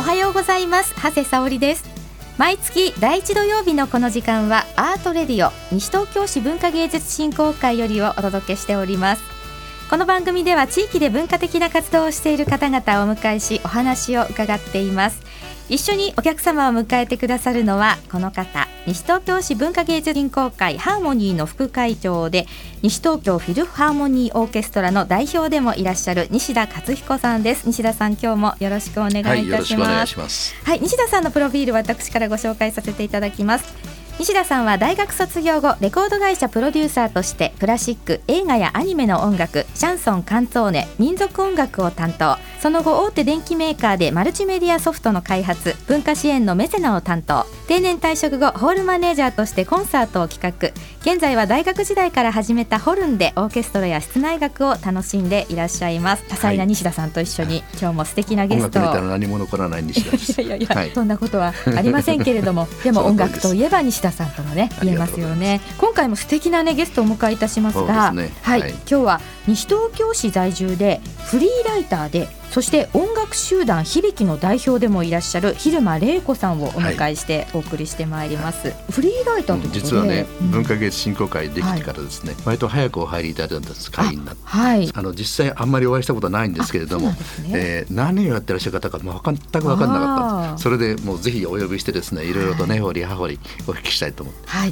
はようございます。長谷沙織です。毎月第1土曜日のこの時間はアートレディオ西東京市文化芸術振興会よりをお届けしております。この番組では地域で文化的な活動をしている方々をお迎えしお話を伺っています。一緒にお客様を迎えてくださるのはこの方、西東京市文化芸術振興会ハーモニーの副会長で西東京フィルハーモニーオーケストラの代表でもいらっしゃる西田勝彦さんです。西田さん、今日もよろしくお願いいたします。 はい、よろしくお願いします。 はい、西田さんのプロフィール私からご紹介させていただきます。西田さんは大学卒業後レコード会社プロデューサーとしてクラシック、映画やアニメの音楽、シャンソン、カンツォーネ、民族音楽を担当。その後大手電機メーカーでマルチメディアソフトの開発、文化支援のメセナを担当。定年退職後ホールマネージャーとしてコンサートを企画。現在は大学時代から始めたホルンでオーケストラや室内楽を楽しんでいらっしゃいます。多彩な西田さんと一緒に、今日も素敵なゲストを。 音楽見たら何も残らない西田です。 いや、はい、そんなことはありませんけれどもでも音楽といえば西田さんともね言えますよね。今回も素敵な、ゲストをお迎えいたしますが、はい、今日は西東京市在住でフリーライターで、そして音楽集団響の代表でもいらっしゃる蛭間玲子さんをお迎えしてお送りしてまいります。フリーライターということで、 実はね、文化芸術振興会できてからですね、割と早くお入りいただいたんです。会員になって、実際あんまりお会いしたことはないんですけれども、何をやってらっしゃる方か全く分かんなかった。それでもうぜひお呼びしてですね、いろいろとね、掘り葉掘りお聞きしたいと思って、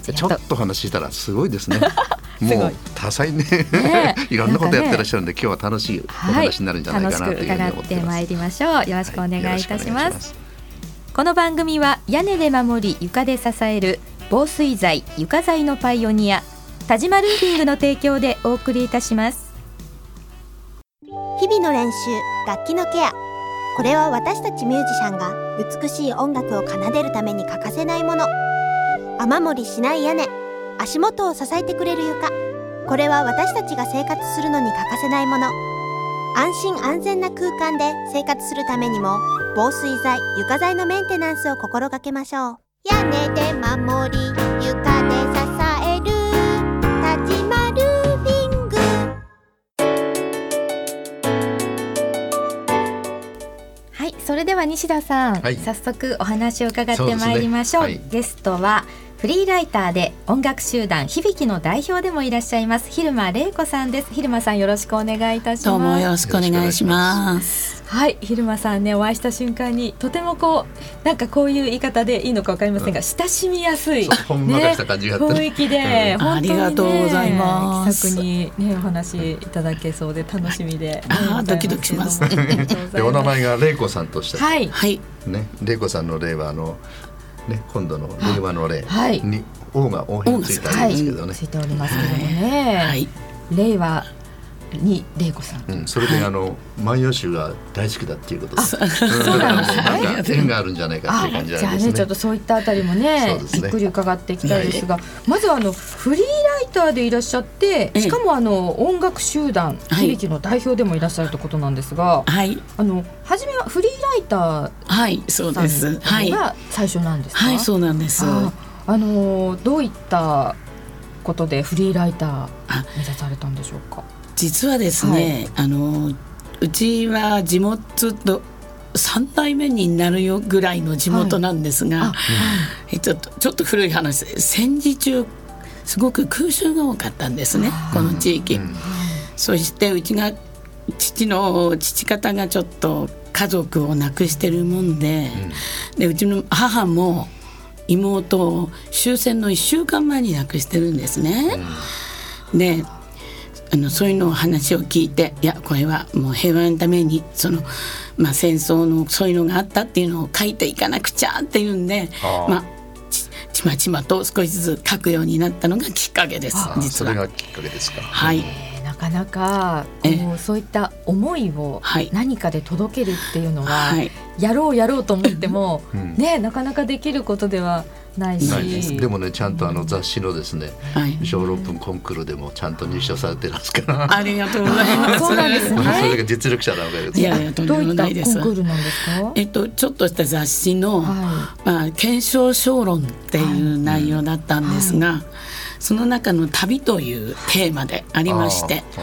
ちょっと話したらすごいですね。もう多彩ねいろんなことやってらっしゃるんで、今日は楽しいお話になるんじゃないかなというふうに思ってます。 楽しく伺ってまいりましょう。よろしくお願いいたします。この番組は屋根で守り床で支える防水材床材のパイオニア田島ルーフィングの提供でお送りいたします。 日々の練習、楽器のケア、これは私たちミュージシャンが美しい音楽を奏でるために欠かせないもの。雨漏りしない屋根、足元を支えてくれる床、これは私たちが生活するのに欠かせないもの。安心安全な空間で生活するためにも防水材床材のメンテナンスを心がけましょう。屋根で守り床で支える田島ルーフィング。 はい、それでは西田さん、早速お話を伺ってまいりましょう。ゲストはフリーライターで音楽集団響の代表でもいらっしゃいます蛭間玲子さんです。蛭間さん、よろしくお願いいたします。 どうもよろしくお願いします。 はい、蛭間さんね、お会いした瞬間にとてもなんかこういう言い方でいいのか分かりませんが、親しみやすい、 ほんまかした感じがあって、 雰囲気で、本当にね、 ありがとうございます。 気さくに、お話いただけそうで楽しみで、 ドキドキします。 でお名前が玲子さんとして、 はいね、玲子さんの例は今度の令和の令に王が王編ついてあるんですけどね、 ついておりますけどもね、令和に玲子さん、 それで万葉集が大好きだっていうことです。だからなんか縁があるんじゃないかっていう感じなんですね。 じゃあね、ちょっとそういったあたりもね、ゆっくり伺っていきたいですが、まずフリーライターでいらっしゃって、しかも音楽集団響の代表でもいらっしゃるということなんですが、初めはフリーライターさんが最初なんですか？ はい、そうなんです。 どういったことでフリーライター目指されたんでしょうか？ 実はですね、うちは地元3代目になるよぐらいの地元なんですが、ちょっと古い話で、戦時中すごく空襲が多かったんですね、この地域。そしてうちが父方がちょっと家族を亡くしてるもんで、うちの母も妹を終戦の1週間前に亡くしてるんですね。でそういうのを話を聞いて、いやこれはもう平和のために戦争のそういうのがあったっていうのを書いていかなくちゃっていうんで、ちまちまと少しずつ書くようになったのがきっかけです。実はそれがきっかけですか？ はい。 なかなかそういった思いを何かで届けるっていうのは、やろうと思っても、なかなかできることではないし、 でもね、ちゃんと雑誌のですね、小6分コンクールでもちゃんと入賞されてますから。 ありがとうございます。 そうなんですね。 それが実力者なわけです。 いやとんでもないです。 どういったコンクールなんですか？ ちょっとした雑誌の、検証小論っていう内容だったんですが、その中の旅というテーマでありまして、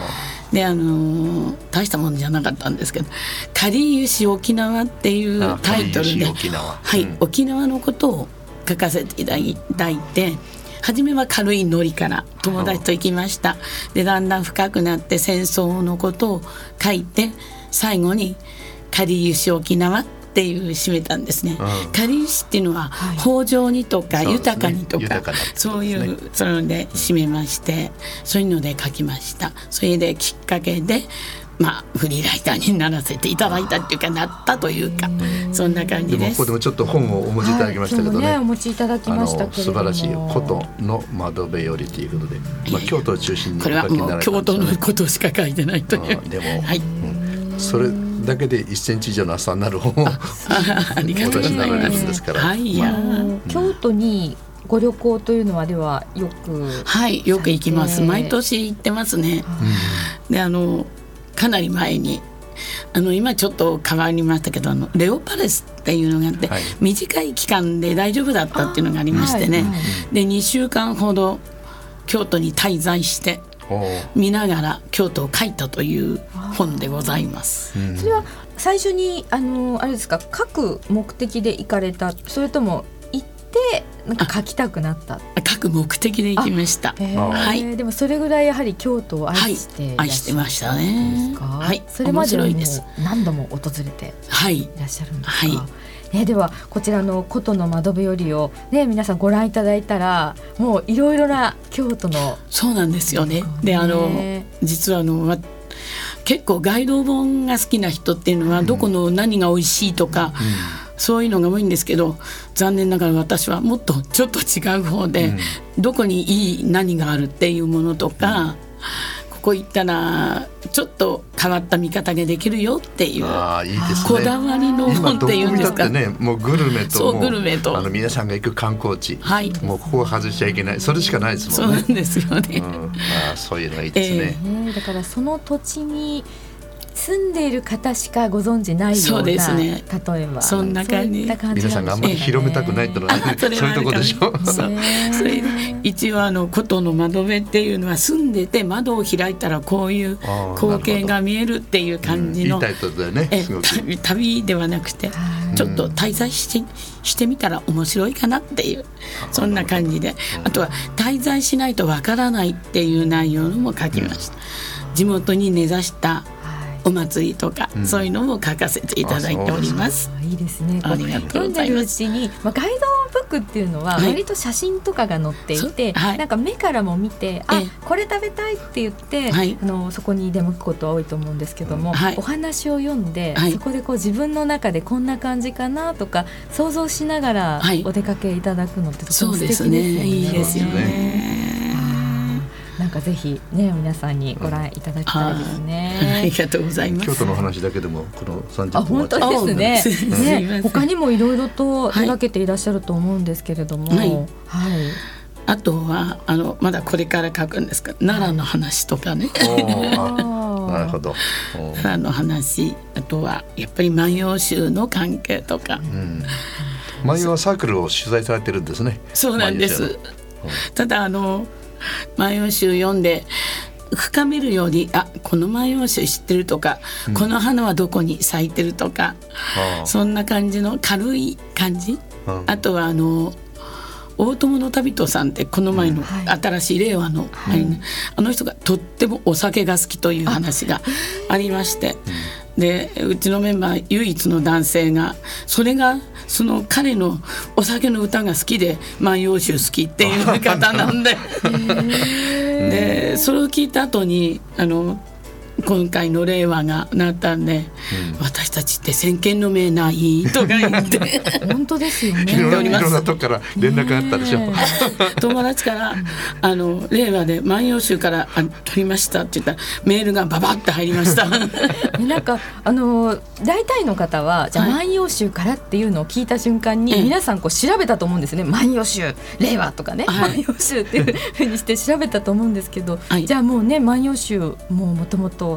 で大したものじゃなかったんですけど「かりゆし沖縄」っていうタイトルで沖縄のことを書かせていただいて、初めは軽いノリから友達と行きました。でだんだん深くなって戦争のことを書いて、最後に「かりゆし沖縄」っていう締めたんですね。かりゆしっていうのは豊穣にとか豊かにとか、そういうそれで締めまして、そういうので書きました。それできっかけでフリーライターにならせていただいたっていうか、なったというか、そんな感じです。 でもここでもちょっと本をお持ちいただきましたけどね、 お持ちいただきましたけれども、 素晴らしい琴の窓辺よりということで、京都を中心にお書きになられたんですよね。 これはもう京都のことしか書いてないという。 でも、それだけで1センチ以上の厚さになる本をありがとうございます。 お出しになられるんですから、 京都にご旅行というのはではよく行きます。毎年行ってますね。でかなり前に今ちょっと変わりましたけどレオパレスっていうのがあって、短い期間で大丈夫だったっていうのがありましてね、で2週間ほど京都に滞在して見ながら京都を書いたという本でございます。 それは最初にあれですか、書く目的で行かれた、それとも行ってなんか書きたくなった？ 書く目的で行きました。 でもそれぐらいやはり京都を愛して愛してましたね。 それまでにも何度も訪れていらっしゃるんですか？ではこちらの琴の窓辺よりを、皆さんご覧いただいたら、もういろいろな京都の、 そうなんですよね。で実は結構ガイド本が好きな人っていうのは、どこの何が美味しいとか、そういうのが多いんですけど、残念ながら私はもっとちょっと違う方で、どこにいい何があるっていうものとか、ここ行ったらちょっと変わった見方ができるよっていう、こだわりの本っていうんですか。 もうグルメと、 グルメと皆さんが行く観光地、もうここは外しちゃいけない、それしかないですもんね。 そうなんですよね。 そういうのがいいですね。 だからその土地に住んでいる方しかご存じないような、 そうですね、 例えばそんな感じ、 皆さんがあんまり広めたくないっていうのは、そういうところでしょ。 それで一応琴の窓辺っていうのは、住んでて窓を開いたらこういう光景が見えるっていう感じの、旅ではなくて、ちょっと滞在してみたら面白いかなっていう、そんな感じで、あとは滞在しないとわからないっていう内容も書きました。地元に根ざしたお祭りとか、そういうのも書かせていただいております。 いいですね。 ありがとうございます。 読んでるうちに、ガイドブックっていうのは割と写真とかが載っていて、なんか目からも見て、これ食べたいって言って、そこに出向くことは多いと思うんですけども、お話を読んで、そこでこう自分の中でこんな感じかなとか想像しながらお出かけいただくのってとても素敵ですよね。 いいですよね。 なんかぜひ皆さんにご覧いただきたいですね。 ありがとうございます。 京都の話だけでもこの30分本当ですね。他にもいろいろと手掛けていらっしゃると思うんですけれども、 あとはまだこれから書くんですが、奈良の話とかね。 なるほど。 奈良の話、あとはやっぱり万葉集の関係とか。 万葉サークルを取材されてるんですね。 そうなんです。ただ万葉集読んで深めるように、この万葉集知ってるとか、この花はどこに咲いてるとか、そんな感じの軽い感じ、あとは大友の旅人さんってこの前の新しい令和の、あの人がとってもお酒が好きという話がありまして、でうちのメンバー唯一の男性が、それがその彼のお酒の歌が好きで万葉集好きっていう方なんででそれを聞いた後に今回の令和がなったんで、私たちって先見の明ないとか言って本当ですよね。 いろんなとこから連絡あったでしょ。 友達から令和で万葉集から取りましたって言ったらメールがババッて入りましたなんか大体の方はじゃあ万葉集からっていうのを聞いた瞬間に、皆さんこう調べたと思うんですね。万葉集令和とかね、万葉集っていうふうにして調べたと思うんですけど、じゃあもうね万葉集もともと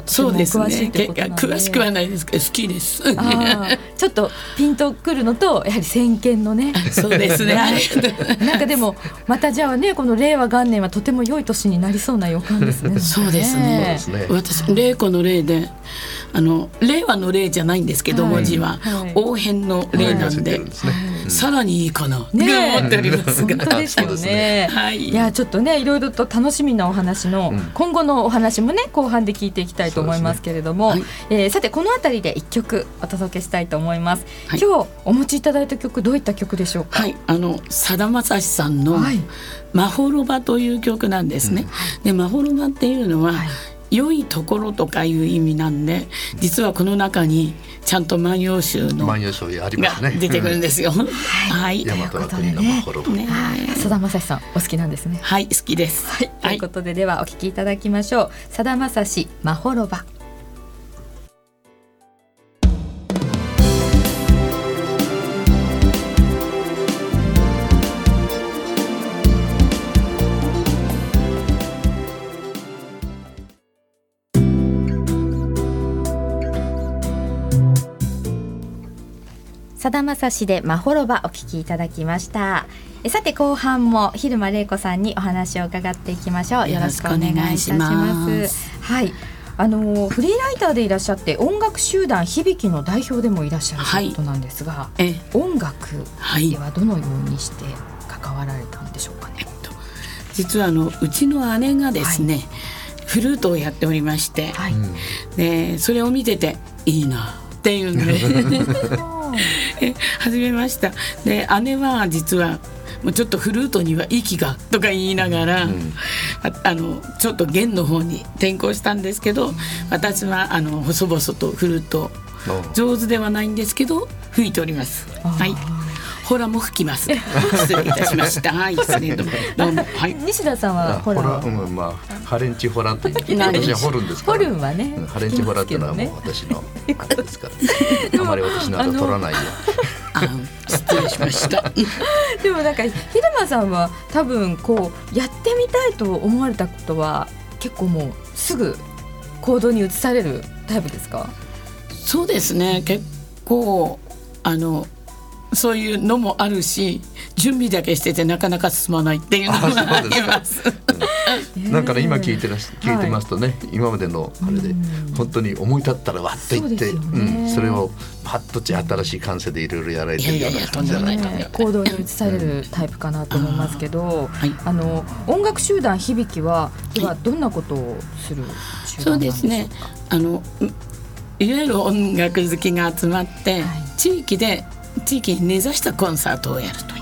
とても詳しいってことなんで。 詳しくはないですけど好きです。 ちょっとピンとくるのとやはり先見のね。 そうですね。 なんかでもまたじゃあね、この令和元年はとても良い年になりそうな予感ですね。 そうですね。私令子の令で令和の令じゃないんですけど、文字は応変の令なんで、さらにいいかなって思っておりますが。 本当ですよね。いやちょっとね、いろいろと楽しみなお話の、今後のお話もね後半で聞いていきたいと思いますけれども、さてこのあたりで1曲お届けしたいと思います。今日お持ちいただいた曲、どういった曲でしょうか。 さだまさしさんのまほろばという曲なんですね。でまほろばっていうのは、良いところとかいう意味なんで、実はこの中にちゃんと万葉集のが出てくるんですよ。 はい。大和の国のまほろば。 さだまさしさんお好きなんですね。 はい、好きです。 ということで、ではお聞きいただきましょう。さだまさしまほろば。さだまさしでまほろばお聞きいただきました。さて後半も蛭間玲子さんにお話を伺っていきましょう。よろしくお願いいたします。はい、フリーライターでいらっしゃって、音楽集団響の代表でもいらっしゃるということなんですが、音楽ではどのようにして関わられたんでしょうかね。 実はうちの姉がですね、フルートをやっておりまして、でそれを見てていいなっていうんで始めました。で姉は実はもうちょっとフルートには息がとか言いながら、ちょっと弦の方に転向したんですけど、私は細々とフルート上手ではないんですけど吹いております。はい。ホラも吹きます。失礼いたしました。はい、失礼どうも。はい。 西田さんはホラ、 ハレンチホランと言って私はホルンですから。 ホルンはね、 ハレンチホランっていうのはもう私のあれですから。あまり私の後取らないよ。 失礼しました。 でもなんか蛭間さんは多分こうやってみたいと思われたことは結構もうすぐ行動に移されるタイプですか。 そうですね。結構そういうのもあるし、準備だけしててなかなか進まないっていうのがあります。 なんかね、今聞いてますとね、今までのあれで本当に思い立ったらわっと言って、それをパッと新しい感性でいろいろやられてるような感じじゃないかな。 行動に移されるタイプかなと思いますけど、音楽集団響は今どんなことをする集団なんでしょうか。そうですね。 いわゆる音楽好きが集まって、地域に根ざしたコンサートをやるという、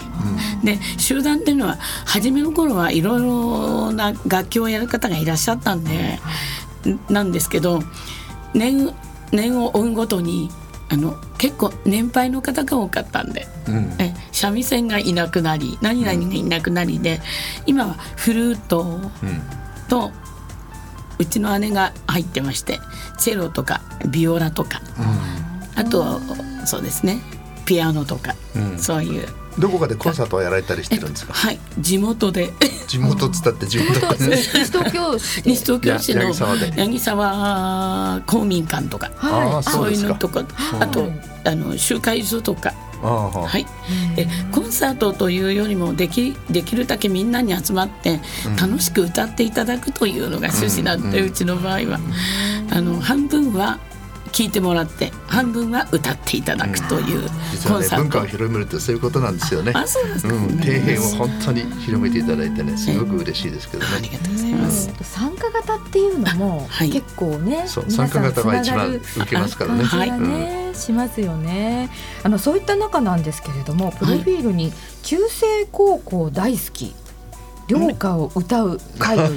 で集団っていうのは初めの頃はいろいろな楽器をやる方がいらっしゃったんで、なんですけど年を追うごとに結構年配の方が多かったんで、三味線がいなくなり何々がいなくなりで、今はフルートと、うちの姉が入ってまして、チェロとかビオラとか、あとそうですね、ピアノとか、そういう。 どこかでコンサートをやられたりしてるんですか。 はい、地元で。 地元つったって地元西東京市の八木沢公民館とか、そういうのとか、あと集会所とか、でコンサートというよりもできるだけみんなに集まって楽しく歌っていただくというのが趣旨なんで、うちの場合は半分は聞いてもらって半分は歌っていただくというコンサート、 文化を広めるってそういうことなんですよね。 そうですか。 底辺を本当に広めていただいてね、すごく嬉しいですけどね。 ありがとうございます。 参加型っていうのも結構ね、 参加型が一番受けますからね。 しますよね。そういった中なんですけれども、プロフィールに旧制高校大好き、寮歌を歌う会という、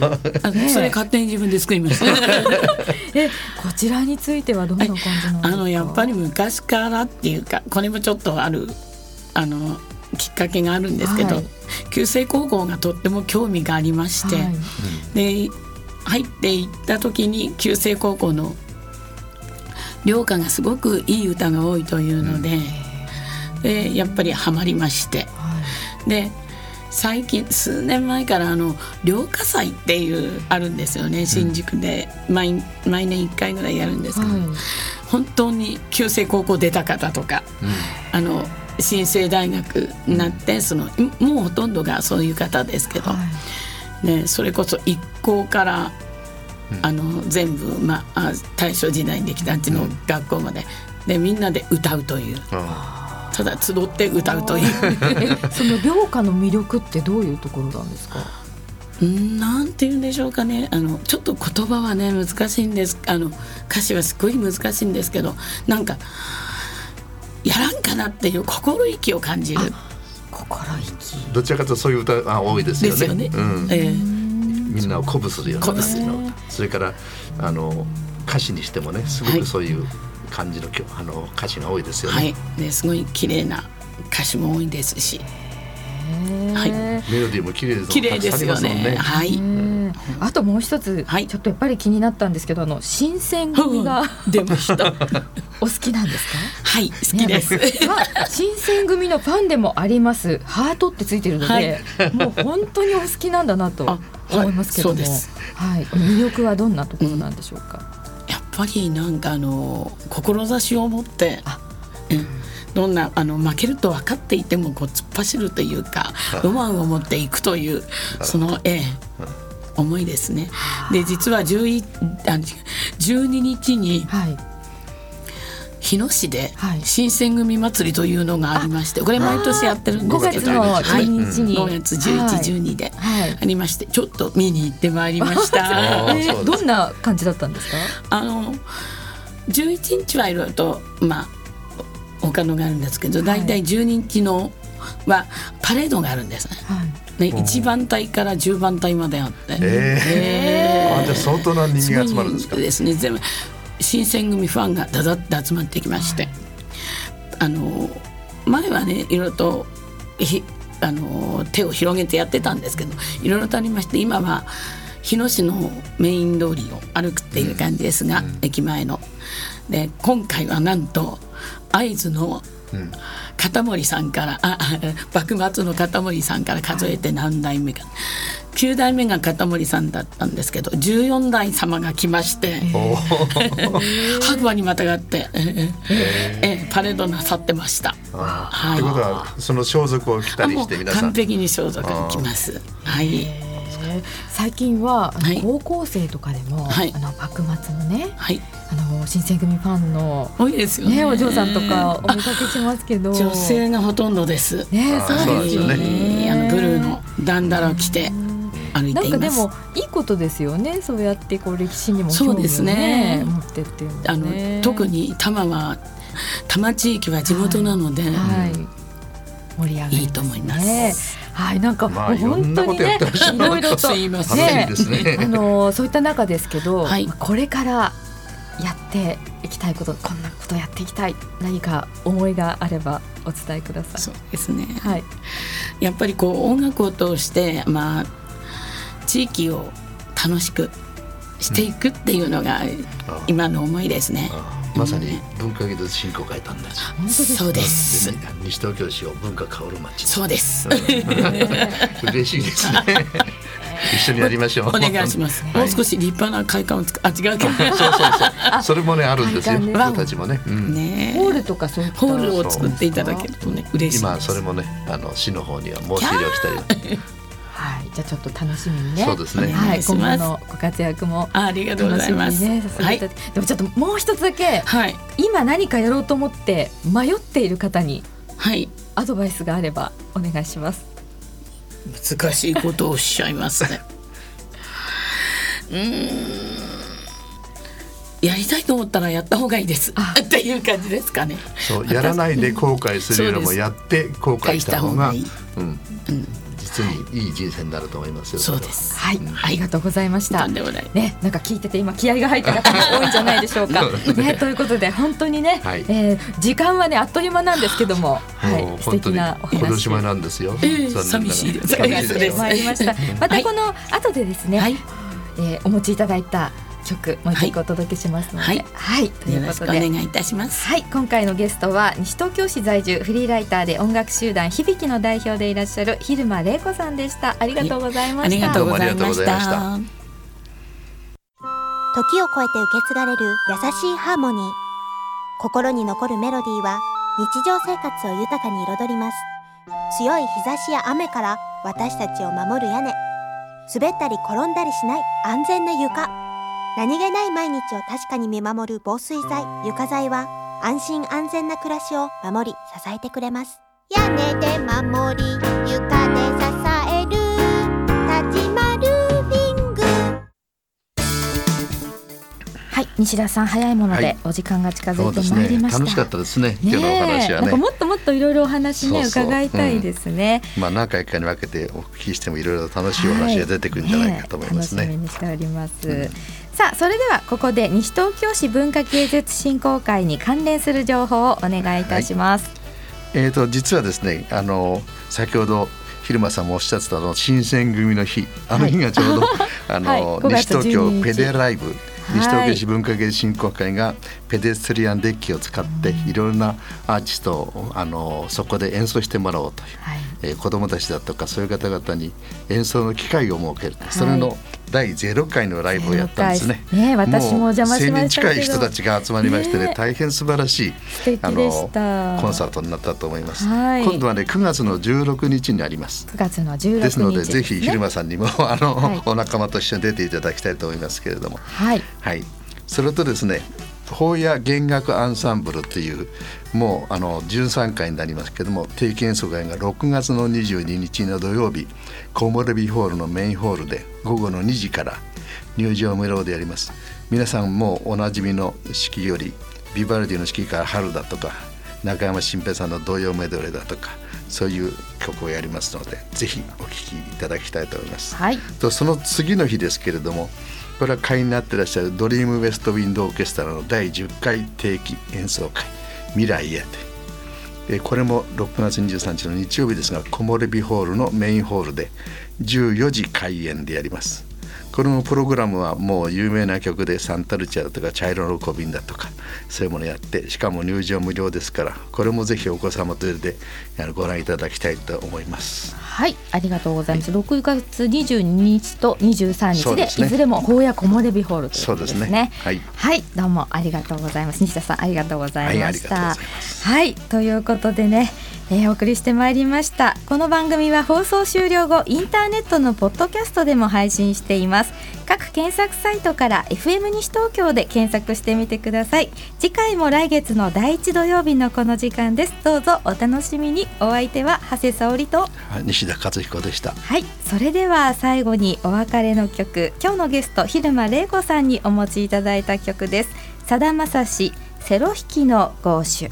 それ勝手に自分で作りました。 こちらについてはどんな感じなんですか。 やっぱり昔からっていうか、これもちょっとあるきっかけがあるんですけど、旧制高校がとっても興味がありまして、で入っていった時に旧制高校の寮歌がすごくいい歌が多いというので、やっぱりハマりまして、で最近数年前から涼花祭っていうあるんですよね、新宿で、毎年1回ぐらいやるんですけど、本当に旧制高校出た方とか、新生大学になって、もうほとんどがそういう方ですけど、ね、それこそ一校から全部、大正時代にできたうちの学校まで、でみんなで歌うという、ただ集って歌うというその涼花の魅力ってどういうところなんですか？ なんて言うんでしょうかね、ちょっと言葉はね難しいんです。歌詞はすごい難しいんですけど、なんかやらんかなっていう心意気を感じる。 心意気、 どちらかというとそういう歌が多いですよね。 ですよね。 みんなを鼓舞するような、それから歌詞にしてもね、すごくそういう感じの、歌詞が多いですよね。 すごい綺麗な歌詞も多いですし、 メロディーも綺麗ですよね。 あともう一つ、ちょっとやっぱり気になったんですけど、新選組が出ましたお好きなんですか？ はい、好きです。 新選組のファンでもありますハートってついてるので、もう本当にお好きなんだなと思いますけども、魅力はどんなところなんでしょうか？ やっぱりなんか志を持って、どんな負けると分かっていても突っ走るというか、ロマンを持っていくというその思いですね。で実は12日に日野市で新選組祭りというのがありまして、これ毎年やってるんですけど、 5月の12日に、 5月11、12でありまして、ちょっと見に行ってまいりましたどんな感じだったんですか ？11日はいろいろと他のがあるんですけど、だいたい12日のはパレードがあるんですね。1番隊から10番隊まであって、 じゃあ相当な人間が集まるんですか？ ですね、全部新選組ファンがだだって集まってきまして、前はねいろいろと手を広げてやってたんですけど、いろいろとありまして、今は日野市のメイン通りを歩くっていう感じですが、駅前ので、今回はなんと会津の片森さんから幕末の片森さんから数えて何代目か、9代目が片森さんだったんですけど、14代様が来まして白馬にまたがってパレードなさってました。 ということはその装束を着たりして皆さん完璧に装束を着ます。 最近は高校生とかでも、幕末のね、新選組ファンの多いですよね、 お嬢さんとかお見かけしますけど、 女性がほとんどです。 そうですよね。 ブルーのダンダラを着て歩いています。 なんかでもいいことですよね、そうやって歴史にも興味をね持ってっていうんですね。 特に多摩地域は地元なので、 盛り上がりますね。 いいと思います。 なんかもう本当にね、いろいろとそういった中ですけど、これからやっていきたいこと、こんなことやっていきたい、何か思いがあればお伝えください。 そうですね、やっぱり音楽を通して、地域を楽しくしていくっていうのが今の思いですね。 まさに文化芸術振興会なんです。 そうです。 西東京市を文化香る街。 そうです。 嬉しいですね。一緒にやりましょう。 お願いします。もう少し立派な会館を違うけど。 それもねあるんですよ。人たちもね。 ホールとかそういうホールを作っていただけるとね嬉しいです。 今それもね市の方には申し入れをしたり。 じゃあちょっと楽しみにね。 そうですね。 今後のご活躍もありがとうございます。 でもちょっともう一つだけ、今何かやろうと思って迷っている方にアドバイスがあればお願いします。 難しいことをおっしゃいますね。やりたいと思ったらやった方がいいですっていう感じですかね。 そうやらないで後悔するよりもやって後悔した方が実にいい人生になると思いますよ。 そうです。 ありがとうございました。 とんでもない。 なんか聞いてて今気合が入ってる方が多いんじゃないでしょうか。ということで本当にね、時間はねあっという間なんですけども、素敵なお話。 今年前なんですよ。 寂しいです。 まいりました。またこの後でですね、お持ちいただいた曲もう一曲お届けしますので、はいはい、ということでよろしくお願いいたします。 はい、今回のゲストは西東京市在住フリーライターで音楽集団響きの代表でいらっしゃる蛭間玲子さんでした。ありがとうございました。 ありがとうございました。 時を超えて受け継がれる優しいハーモニー。心に残るメロディーは日常生活を豊かに彩ります。強い日差しや雨から私たちを守る屋根。滑ったり転んだりしない安全な床。何気ない毎日を確かに見守る防水材、床材は安心安全な暮らしを守り支えてくれます。屋根で守り、床で支えるタジマルーフィング。 はい、西田さん早いものでお時間が近づいてまいりました。 楽しかったですね。今日のお話はね。 なんかもっともっといろいろお話ね伺いたいですね。 何回かに分けてお聞きしてもいろいろ楽しいお話が出てくるんじゃないかと思いますね。 楽しみにしております。さあそれではここで西東京市文化芸術振興会に関連する情報をお願いいたします。 実はですね先ほど蛭間さんもおっしゃってた新選組の日、あの日がちょうど、西東京ペデライブ、西東京市文化芸術振興会がペデストリアンデッキを使っていろんなアーティストをそこで演奏してもらおうという、子どもたちだとかそういう方々に演奏の機会を設ける、それの第0回のライブをやったんですね。 私もお邪魔しましたけど、 1000人近い人たちが集まりましてね、大変素晴らしいコンサートになったと思います。今度はね9月の16日になります。 9月の16日ですのでぜひ蛭間さんにもお仲間と一緒に出ていただきたいと思いますけれども、それとですね法や弦楽アンサンブルというもう13回になりますけども、定期演奏会が6月の22日の土曜日木漏れ日ホールのメインホールで午後の2時から入場無料でやります。皆さんもおなじみの式よりビバルディの式から春だとか中山新平さんの童謡メドレーだとかそういう曲をやりますのでぜひお聴きいただきたいと思います。とその次の日ですけれども、これは会になっていらっしゃるドリームウェストウィンドオーケストラの第10回定期演奏会未来へて、これも6月23日の日曜日ですが木漏れ日ホールのメインホールで14時開演でやります。このプログラムはもう有名な曲でサンタルチャーとか茶色の小瓶だとかそういうものやって、しかも入場無料ですから、これもぜひお子様とでご覧いただきたいと思います。 はい、ありがとうございます。6月22日と23日でいずれも法や木漏れ日ホールということですね。はい、どうもありがとうございます。西田さんありがとうございました。はい、ということでね、お送りしてまいりました。この番組は放送終了後インターネットのポッドキャストでも配信しています。各検索サイトから FM 西東京で検索してみてください。次回も来月の第1土曜日のこの時間です。どうぞお楽しみに。お相手は長谷沙織と西田勝彦でした。 はい、それでは最後にお別れの曲、今日のゲスト蛭間玲子さんにお持ちいただいた曲です。さだまさしセロ弾きのゴーシュ。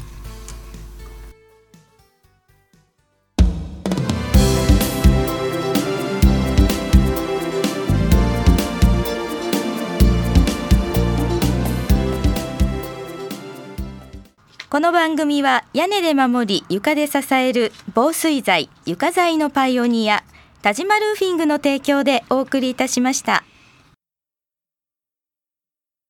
この番組は屋根で守り床で支える防水材床材のパイオニア田島ルーフィングの提供でお送りいたしました。